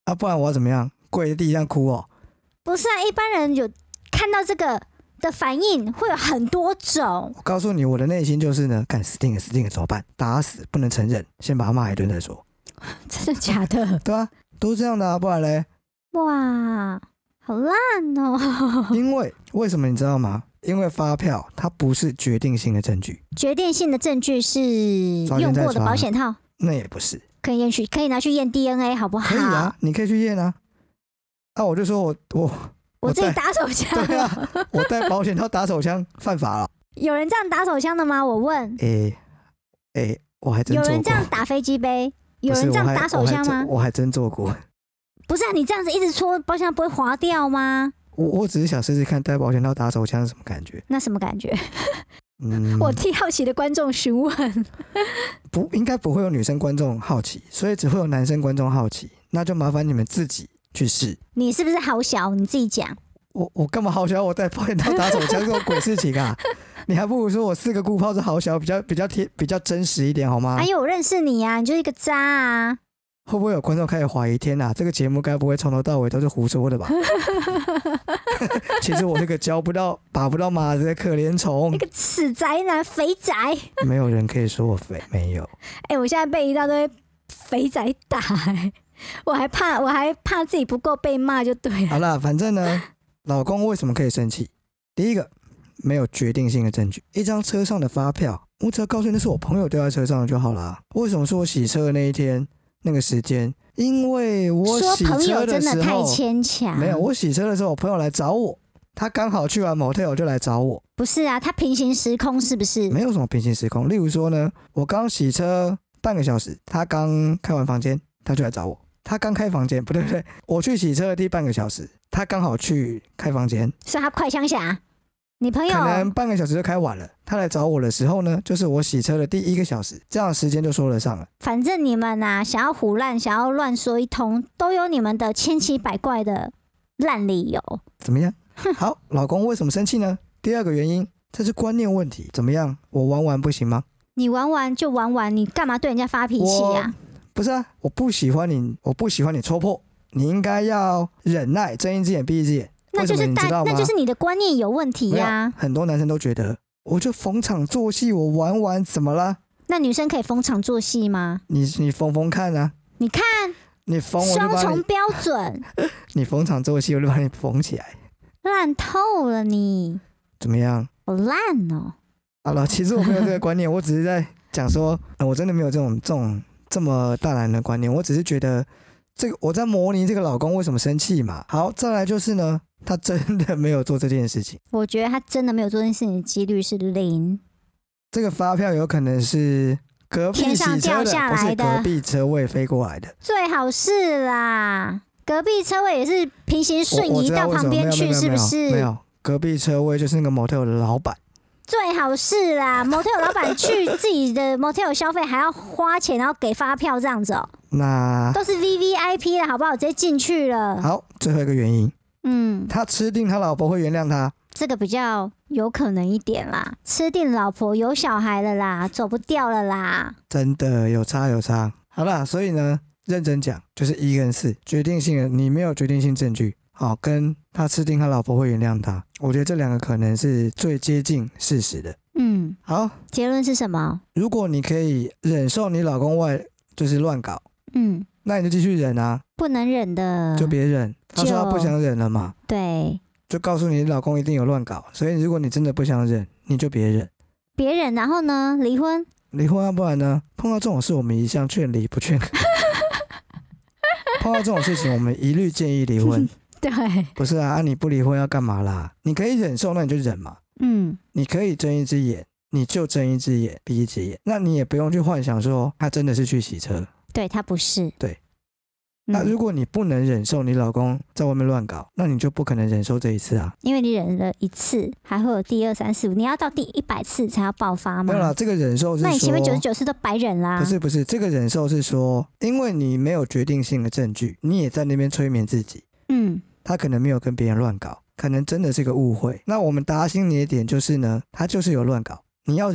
啊，不然我要怎么样？跪在地上哭哦？ 不是啊，一般人有看到这个的反应会有很多种。 我告诉你，我的内心就是呢，干死定了，死定了，怎么办？打死不能承认，先把他骂一顿再说。 真的假的？ 对啊，都是这样的啊，不然嘞？ 哇，好烂哦！ 因为为什么你知道吗？因为发票它不是决定性的证据， 决定性的证据是用过的保险套， 那也不是， 可以验去，可以拿去验 D N A 好不好？ 可以啊，你可以去验啊。啊，我就说我我我自己打手枪， 对啊，我带保险套打手枪犯法了。 有人这样打手枪的吗？我问。 诶、欸、诶、欸，我还真做过。 有人这样打飞机杯？有人这样打手枪吗？ 我还真做过。 不是啊，你这样子一直戳保险套不会滑掉吗？ 我我只是想试试看带保险套打手枪是什么感觉。 那什么感觉？ 嗯， 我替好奇的观众询问。 不应该不会有女生观众好奇，所以只会有男生观众好奇，那就麻烦你们自己去试。 你是不是好小？你自己讲。 我我干嘛好小？我带保险套打手枪这种鬼事情啊！你还不如说我四个固炮是好小，比较比较贴比较真实一点好吗？ 哎呦，我认识你啊，你就是一个渣啊！ 会不会有观众开始怀疑？天哪，这个节目该不会从头到尾都是胡说的吧？其实我是个交不到、把不到马子的可怜虫， 一个死宅男、肥宅。 没有人可以说我肥，没有。 哎、欸，我现在被一大堆肥宅打、欸，我还怕，我还怕自己不够被骂，就对了。 好啦，反正呢，老公为什么可以生气？第一个，没有决定性的证据，一张车上的发票，我只要告诉你那是我朋友丢在车上的就好了。为什么说我洗车的那一天？那个时间，因为我洗车的时候，说朋友真的太牵强。 没有，我洗车的时候，我朋友来找我，他刚好去完 motel 就来找我。 不是啊，他平行时空是不是？ 没有什么平行时空。例如说呢，我刚洗车半个小时，他刚开完房间，他就来找我。他刚开房间，不对不对，我去洗车的第半个小时，他刚好去开房间， 所以他快枪侠。你朋友可能半个小时就开完了，他来找我的时候呢，就是我洗车的第一个小时，这样的时间就说得上了。 反正你们啊，想要胡乱，想要乱说一通，都有你们的千奇百怪的烂理由。 怎么样？好，老公为什么生气呢？第二个原因，这是观念问题。怎么样？我玩玩不行吗？ 你玩玩就玩玩，你干嘛对人家发脾气啊？ 不是啊，我不喜欢你，我不喜欢你戳破，你应该要忍耐，睁一只眼闭一只眼。 那就是那就是你的观念有问题呀、啊。 很多男生都觉得，我就逢场作戏，我玩玩怎么了？ 那女生可以逢场作戏吗？ 你你逢逢看啊！ 你看， 你逢我就把你双重标准。 你逢场作戏，我就把你缝起来。 烂透了你！ 怎么样？ 好烂哦！ 好了，其实我没有这个观念，我只是在讲说、呃，我真的没有这种这种这么大男人的观念，我只是觉得这个我在模拟这个老公为什么生气嘛。好，再来就是呢。他真的没有做这件事情， 我觉得他真的没有做这件事情的几率是零。 这个发票有可能是隔壁洗车的， 天上掉下来的， 不是隔壁车位飞过来的。 最好是啦，隔壁车位也是平行瞬移到旁边去，是不是？ 没有，隔壁车位就是那个 motel 的老板。 最好是啦 ，motel 老板去自己的 motel 消费还要花钱，然后给发票这样子哦、喔。 那都是 V V I P 了，好不好？直接进去了。 好，最后一个原因。 嗯， 他吃定他老婆会原谅他， 这个比较有可能一点啦。吃定老婆有小孩了啦，走不掉了啦。 真的有差有差。好啦，所以呢，认真讲就是一跟四，决定性的你没有决定性证据，好、哦，跟他吃定他老婆会原谅他，我觉得这两个可能是最接近事实的。嗯，好， 结论是什么？ 如果你可以忍受你老公外就是乱搞，嗯，那你就继续忍啊。 不能忍的就别忍。他说他不想忍了嘛， 对， 就告诉你老公一定有乱搞，所以如果你真的不想忍，你就别忍， 别忍，然后呢，离婚， 离婚，要不然呢，碰到这种事我们一向劝离不劝和，碰到这种事情我们一律建议离婚。 对， 不是啊，啊你不离婚要干嘛啦？你可以忍受，那你就忍嘛，嗯，你可以睁一只眼，你就睁一只眼闭一只眼，那你也不用去幻想说他真的是去洗车， 对，他不是， 对。那如果你不能忍受你老公在外面乱搞，那你就不可能忍受这一次啊。 因为你忍了一次，还会有第二、三、四、五，你要到第一百次才要爆发吗？ 没有啦，这个忍受是说， 那你前面九十九次都白忍啦。 不是不是，这个忍受是说，因为你没有决定性的证据，你也在那边催眠自己。嗯，他可能没有跟别人乱搞，可能真的是个误会。那我们打心里的点就是呢，他就是有乱搞，你要忍。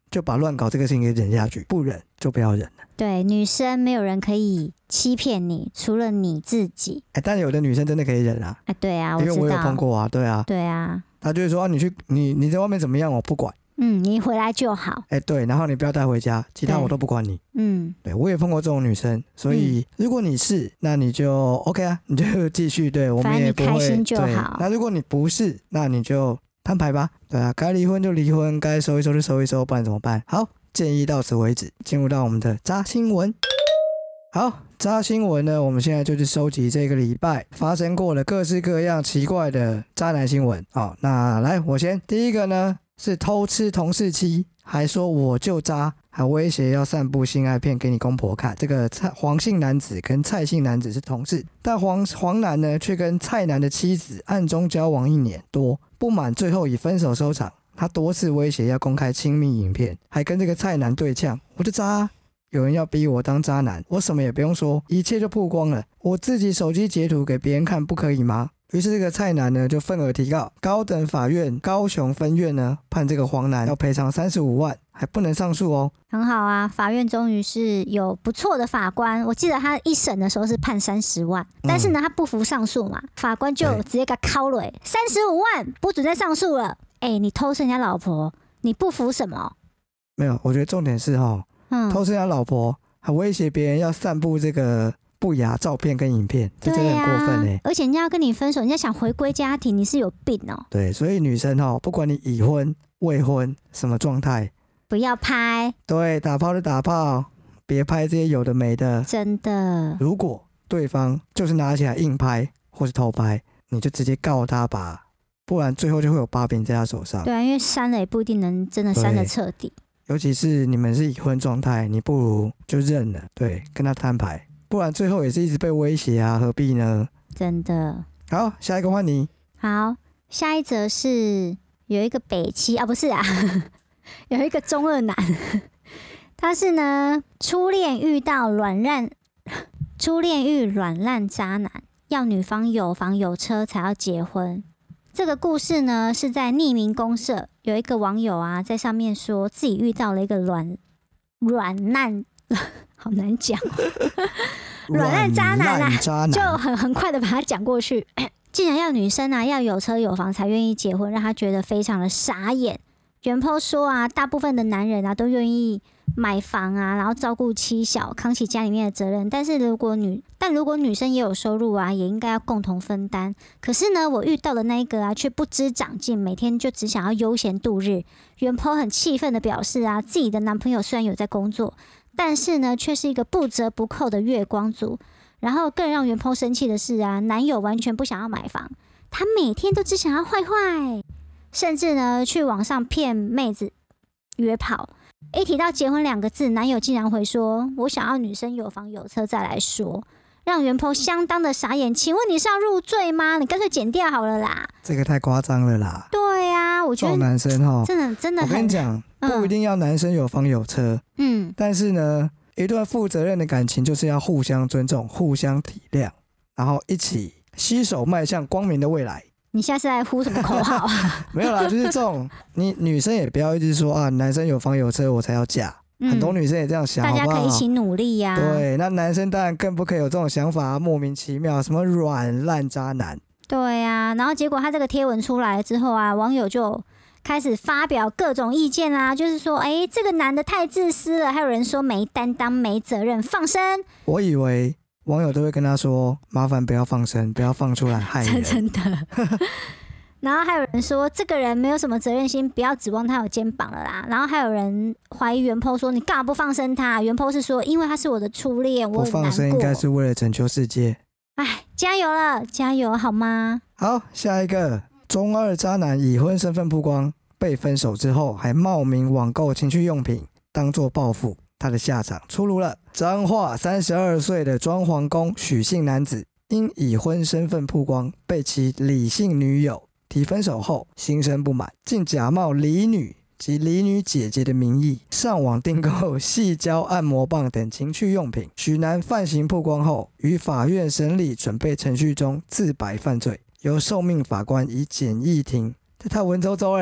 就把乱搞这个事情给忍下去，不忍就不要忍了。 对，女生没有人可以欺骗你，除了你自己。 哎，但有的女生真的可以忍啊。 哎，对啊，我知道， 因为我有碰过啊，对啊， 对啊， 她就会说、啊、你去你你在外面怎么样，我不管。 嗯，你回来就好。 哎，对，然后你不要带回家，其他我都不管你。 嗯， 对，我也碰过这种女生，所以、嗯、如果你是，那你就 OK 啊，你就继续，对我们也不会， 反正你开心就好。 那如果你不是，那你就摊牌吧。对啊，该离婚就离婚，该收一收就收一收，不然怎么办？好，建议到此为止，进入到我们的渣新闻。好，渣新闻呢，我们现在就是收集这个礼拜发生过的各式各样奇怪的渣男新闻。好，那来我先，第一个呢是偷吃同事妻，还说我就渣，还威胁要散布性爱片给你公婆看。这个黄姓男子跟蔡姓男子是同事，但黄黄男呢却跟蔡男的妻子暗中交往一年多，不满最后以分手收场。他多次威胁要公开亲密影片，还跟这个蔡男对呛，我就渣啊，有人要逼我当渣男，我什么也不用说，一切就曝光了，我自己手机截图给别人看不可以吗？于是这个蔡男呢就愤而提告，高等法院高雄分院呢判这个黄男要赔偿三十五万，还不能上诉哦。 很好啊，法院终于是有不错的法官。我记得他一审的时候是判三十万，但是呢他不服上诉嘛，法官就直接给他敲了，三十五万不准再上诉了。哎，你偷吃人家老婆，你不服什么？ 没有，我觉得重点是哈，嗯，偷吃人家老婆还威胁别人要散布这个不雅照片跟影片，这真的很过分哎、欸！ 而且人家要跟你分手，人家想回归家庭，你是有病哦。 对，所以女生哈，不管你已婚、未婚什么状态， 不要拍。对， 打炮就打炮，别拍这些有的没的。 真的。 如果对方就是拿起来硬拍或是偷拍，你就直接告他吧，不然最后就会有把柄在他手上。 对啊，因为删了也不一定能真的删得彻底。 尤其是你们是已婚状态，你不如就认了，对，跟他摊牌。不然最后也是一直被威胁啊，何必呢？ 真的。 好，下一个换你。 好，下一则是有一个北七啊，不是啊，有一个中二男，他是呢初恋遇到软烂，初恋遇软烂渣男，要女方有房有车才要结婚。这个故事呢是在匿名公社，有一个网友啊在上面说自己遇到了一个软软烂。好难讲、哦，软烂渣男啊，渣男就很很快的把他讲过去。竟然要女生啊要有车有房才愿意结婚，让他觉得非常的傻眼。原 po 说啊，大部分的男人啊都愿意买房啊，然后照顾妻小，扛起家里面的责任。但是如果女，但如果女生也有收入啊，也应该要共同分担。可是呢，我遇到的那一个啊，却不知长进，每天就只想要悠闲度日。原 po 很气愤的表示啊，自己的男朋友虽然有在工作，但是呢，却是一个不折不扣的月光族。然后更让原 po 生气的是啊，男友完全不想要买房，他每天都只想要坏坏，甚至呢去网上骗妹子约炮。一提到结婚两个字，男友竟然会说：“我想要女生有房有车再来说。”让原 po 相当的傻眼。请问你是要入赘吗？你干脆剪掉好了啦！ 这个太夸张了啦。 对呀、啊，我觉得男生哈， 真的真的很， 我跟你讲，不一定要男生有房有车，嗯，但是呢，一段负责任的感情就是要互相尊重、互相体谅，然后一起携手迈向光明的未来。 你现在是在呼什么口号啊？ 没有啦，就是这种，你女生也不要一直说啊，男生有房有车我才要嫁。嗯、很多女生也这样想， 大家可以一起努力呀、 啊。对，那男生当然更不可以有这种想法，莫名其妙，什么软烂渣男。 对呀、啊，然后结果他这个贴文出来之后啊，网友就开始发表各种意见啦，就是说，哎，这个男的太自私了，还有人说没担当、没责任，放生。 我以为网友都会跟他说，麻烦不要放生，不要放出来害人。 真的。然后还有人说这个人没有什么责任心，不要指望他有肩膀了啦。然后还有人怀疑原 po 说你干嘛不放生他？原 po 是说因为他是我的初恋，我很难过。不放生应该是为了拯救世界。哎，加油了，加油好吗？ 好，下一个中二渣男已婚身份曝光，被分手之后还冒名网购情趣用品当作报复，他的下场出炉了。彰化三十二岁的装潢工许姓男子因已婚身份曝光，被其李姓女友提分手后心生不满，竟假冒李女及李女姐姐的名义上网订购矽胶按摩棒等情趣用品。许男犯行曝光后，于法院审理准备程序中自白犯罪，由受命法官以简易庭，这太文绉绉了啦，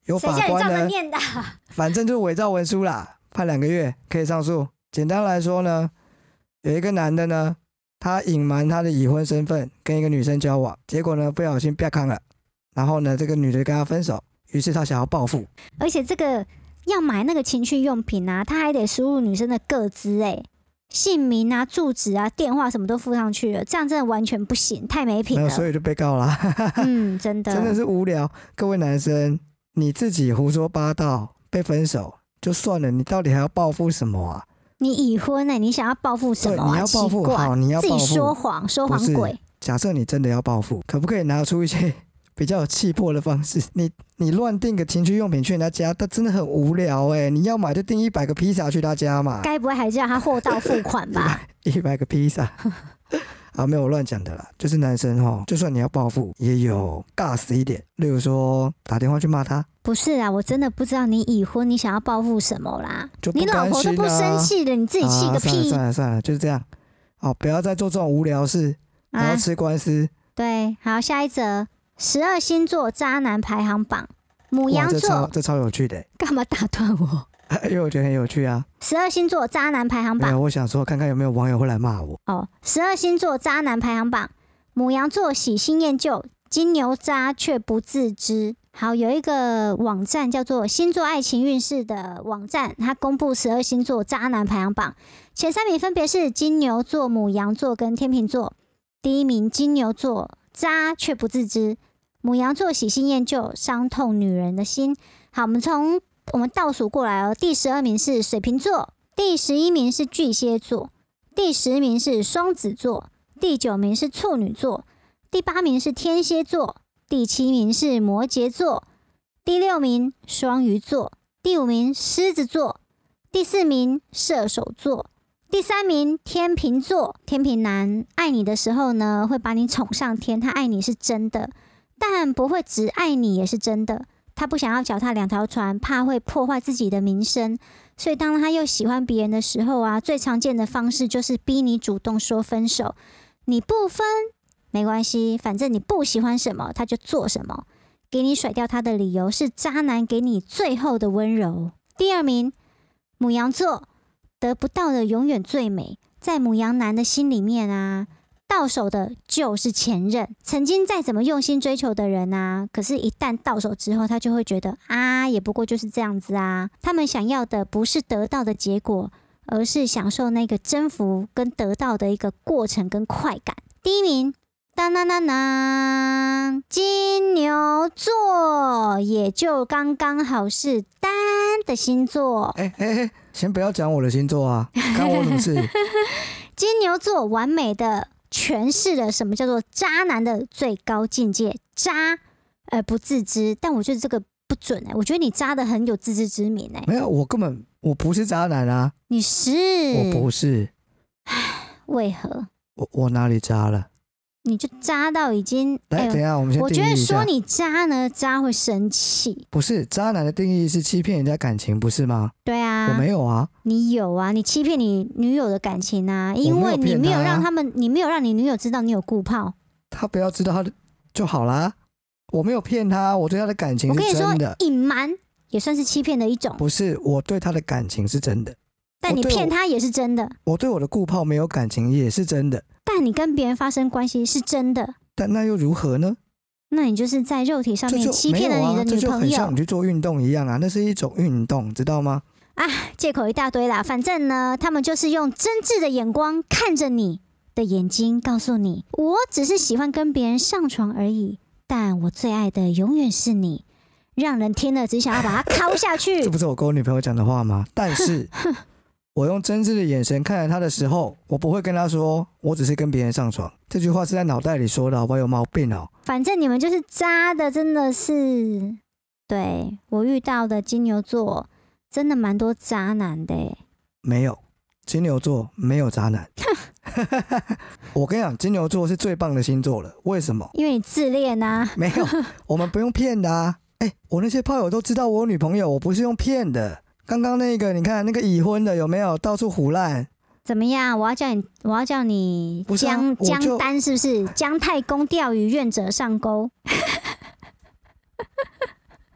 有法官呢， 谁叫你照着念的？ 反正就是伪造文书啦，判两个月可以上诉。简单来说呢，有一个男的呢，他隐瞒他的已婚身份，跟一个女生交往，结果呢不小心被坑了，然后呢这个女的跟他分手，于是他想要报复。 而且这个要买那个情趣用品啊，他还得输入女生的个资哎。姓名啊、住址啊、电话什么都附上去了，这样真的完全不行，太没品了。 所以就被告啦。 嗯，真的， 真的是无聊。各位男生，你自己胡说八道被分手就算了，你到底还要报复什么啊？ 你已婚哎、欸，你想要报复什么、啊？ 对，你要报复，好，你要报复， 自己说谎，说谎鬼。 假设你真的要报复，可不可以拿出一些比较有气魄的方式？你你乱订个情趣用品去人家家，他真的很无聊哎、欸！你要买就订一百个披萨去他家嘛。 该不会还叫他货到付款吧？ 一百个披萨。啊，没有乱讲的啦，就是男生齁，就算你要报复，也有尬死一点，例如说打电话去骂他。 不是啊，我真的不知道你已婚，你想要报复什么啦？ 就不甘心啊、 你老婆都不生气了，你自己气个屁！ 啊、算了算了算了，就是这样。好，不要再做这种无聊事，然后吃官司。 啊、对，好，下一则，十二星座渣男排行榜，牡羊座， 这超这超有趣的。 干嘛打断我？ 因为我觉得很有趣啊。 十二星座渣男排行榜， 没有，我想说看看有没有网友会来骂我。 哦，十二星座渣男排行榜，牡羊座喜新厌旧，金牛渣却不自知。好，有一个网站叫做星座爱情运势的网站，它公布十二星座渣男排行榜，前三名分别是金牛座、牡羊座跟天秤座。第一名金牛座，渣却不自知；牡羊座喜新厌旧，伤痛女人的心。好，我们从我们倒数过来哦，第十二名是水瓶座，第十一名是巨蟹座，第十名是双子座，第九名是处女座，第八名是天蝎座，第七名是摩羯座，第六名双鱼座，第五名狮子座，第四名射手座，第三名天秤座。天秤男爱你的时候呢，会把你宠上天，他爱你是真的，但不会只爱你也是真的。他不想要脚踏两条船，怕会破坏自己的名声，所以当他又喜欢别人的时候啊，最常见的方式就是逼你主动说分手。你不分没关系，反正你不喜欢什么他就做什么，给你甩掉他的理由是渣男给你最后的温柔。第二名牡羊座，得不到的永远最美。在牡羊男的心里面啊，到手的就是前任，曾经再怎么用心追求的人啊，可是一旦到手之后，他就会觉得啊，也不过就是这样子啊。他们想要的不是得到的结果，而是享受那个征服跟得到的一个过程跟快感。第一名，当当当当，金牛座，也就刚刚好是单的星座。 哎哎哎，先不要讲我的星座啊，看我什么事？ 金牛座完美的诠释了什么叫做渣男的最高境界，渣而不自知。但我觉得这个不准哎、欸，我觉得你渣的很有自知之明哎、欸。 没有，我根本我不是渣男啊。 你是？ 我不是。 为何？ 我我哪里渣了？ 你就渣到已经…… 来， 哎、 等一下，我们先我定义一下。 觉得说你渣呢，渣会生气。 不是，渣男的定义是欺骗人家感情，不是吗？ 对啊， 我没有啊。 你有啊，你欺骗你女友的感情啊，因为你没有让他们，你没有让你女友知道你有顾炮。 他不要知道他的就好啦。我没有骗他，我对他的感情是真的。 我跟你说，隐瞒也算是欺骗的一种。 不是，我对他的感情是真的。 但你骗他也是真的。 我对我的顾炮没有感情也是真的。 但你跟别人发生关系是真的。 但那又如何呢？ 那你就是在肉体上面欺骗了你的女朋友。 这就很像你去做运动一样啊，那是一种运动，知道吗？ 啊，借口一大堆啦。反正呢，他们就是用真挚的眼光看着你的眼睛，告诉你，我只是喜欢跟别人上床而已，但我最爱的永远是你。让人听了只想要把它敲下去。 这不是我跟我女朋友讲的话吗？但是我用真挚的眼神看着她的时候，我不会跟她说我只是跟别人上床。这句话是在脑袋里说的，好不好？有毛病哦。 反正你们就是渣的，真的是。对，我遇到的金牛座真的蛮多渣男的耶。 没有，金牛座没有渣男。我跟你讲，金牛座是最棒的星座了。为什么？ 因为你自恋啊。 没有，我们不用骗的啊。哎、欸，我那些炮友都知道我有女朋友，我不是用骗的。刚刚那个，你看那个已婚的有没有到处唬烂？ 怎么样？我要叫你，我要叫你江、啊、江丹是不是？姜太公钓鱼，愿者上钩。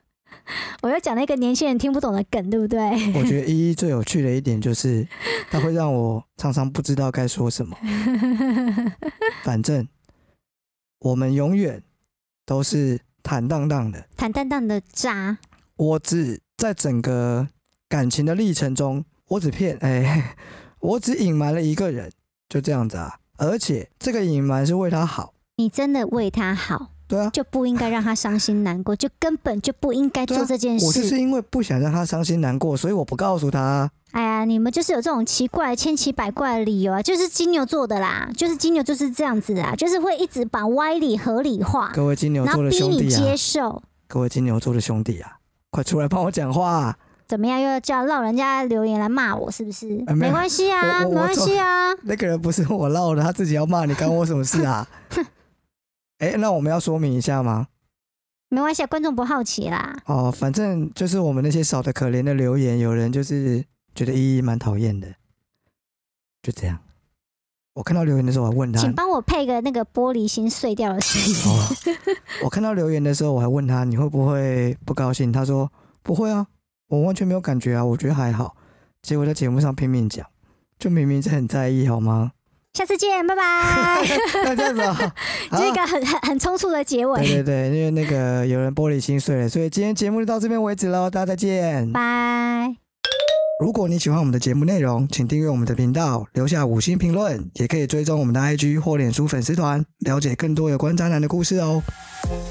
我又讲了一个年轻人听不懂的梗，对不对？ 我觉得依依最有趣的一点就是，他会让我常常不知道该说什么。反正我们永远都是坦荡荡的， 坦荡荡的渣。 我只在整个感情的历程中，我只骗哎，我只隐瞒了一个人，就这样子啊。而且这个隐瞒是为他好， 你真的为他好。 对啊， 就不应该让他伤心难过，就根本就不应该做这件事。 啊、我就是因为不想让他伤心难过，所以我不告诉他。 哎呀，你们就是有这种奇怪、千奇百怪的理由啊，就是金牛座的啦，就是金牛就是这样子啊，就是会一直把歪理合理化。 各位金牛座的兄弟啊， 然后逼你接受。 各位金牛座的兄弟啊，快出来帮我讲话、啊！ 怎么样？又要叫绕人家留言来骂我，是不是？呃、没关系啊，没关系啊。 那个人不是我绕的，他自己要骂你，干我什么事啊？哎，那我们要说明一下吗？ 没关系，观众不好奇啦。 哦，反正就是我们那些少的可怜的留言，有人就是觉得依依蛮讨厌的，就这样。我看到留言的时候，我还问他， 请帮我配个那个玻璃心碎掉的声音。 哦、我看到留言的时候，我还问他你会不会不高兴？他说不会啊，我完全没有感觉啊，我觉得还好。结果在节目上拼命讲，就明明是很在意，好吗？ 下次见，拜拜。 那这样子啊， 这一个很很很匆促的结尾。 对对对，因为那个有人玻璃心碎了，所以今天节目就到这边为止喽，大家再见， 拜。 如果你喜欢我们的节目内容，请订阅我们的频道，留下五星评论，也可以追踪我们的 I G 或脸书粉丝团，了解更多有关渣男的故事哦。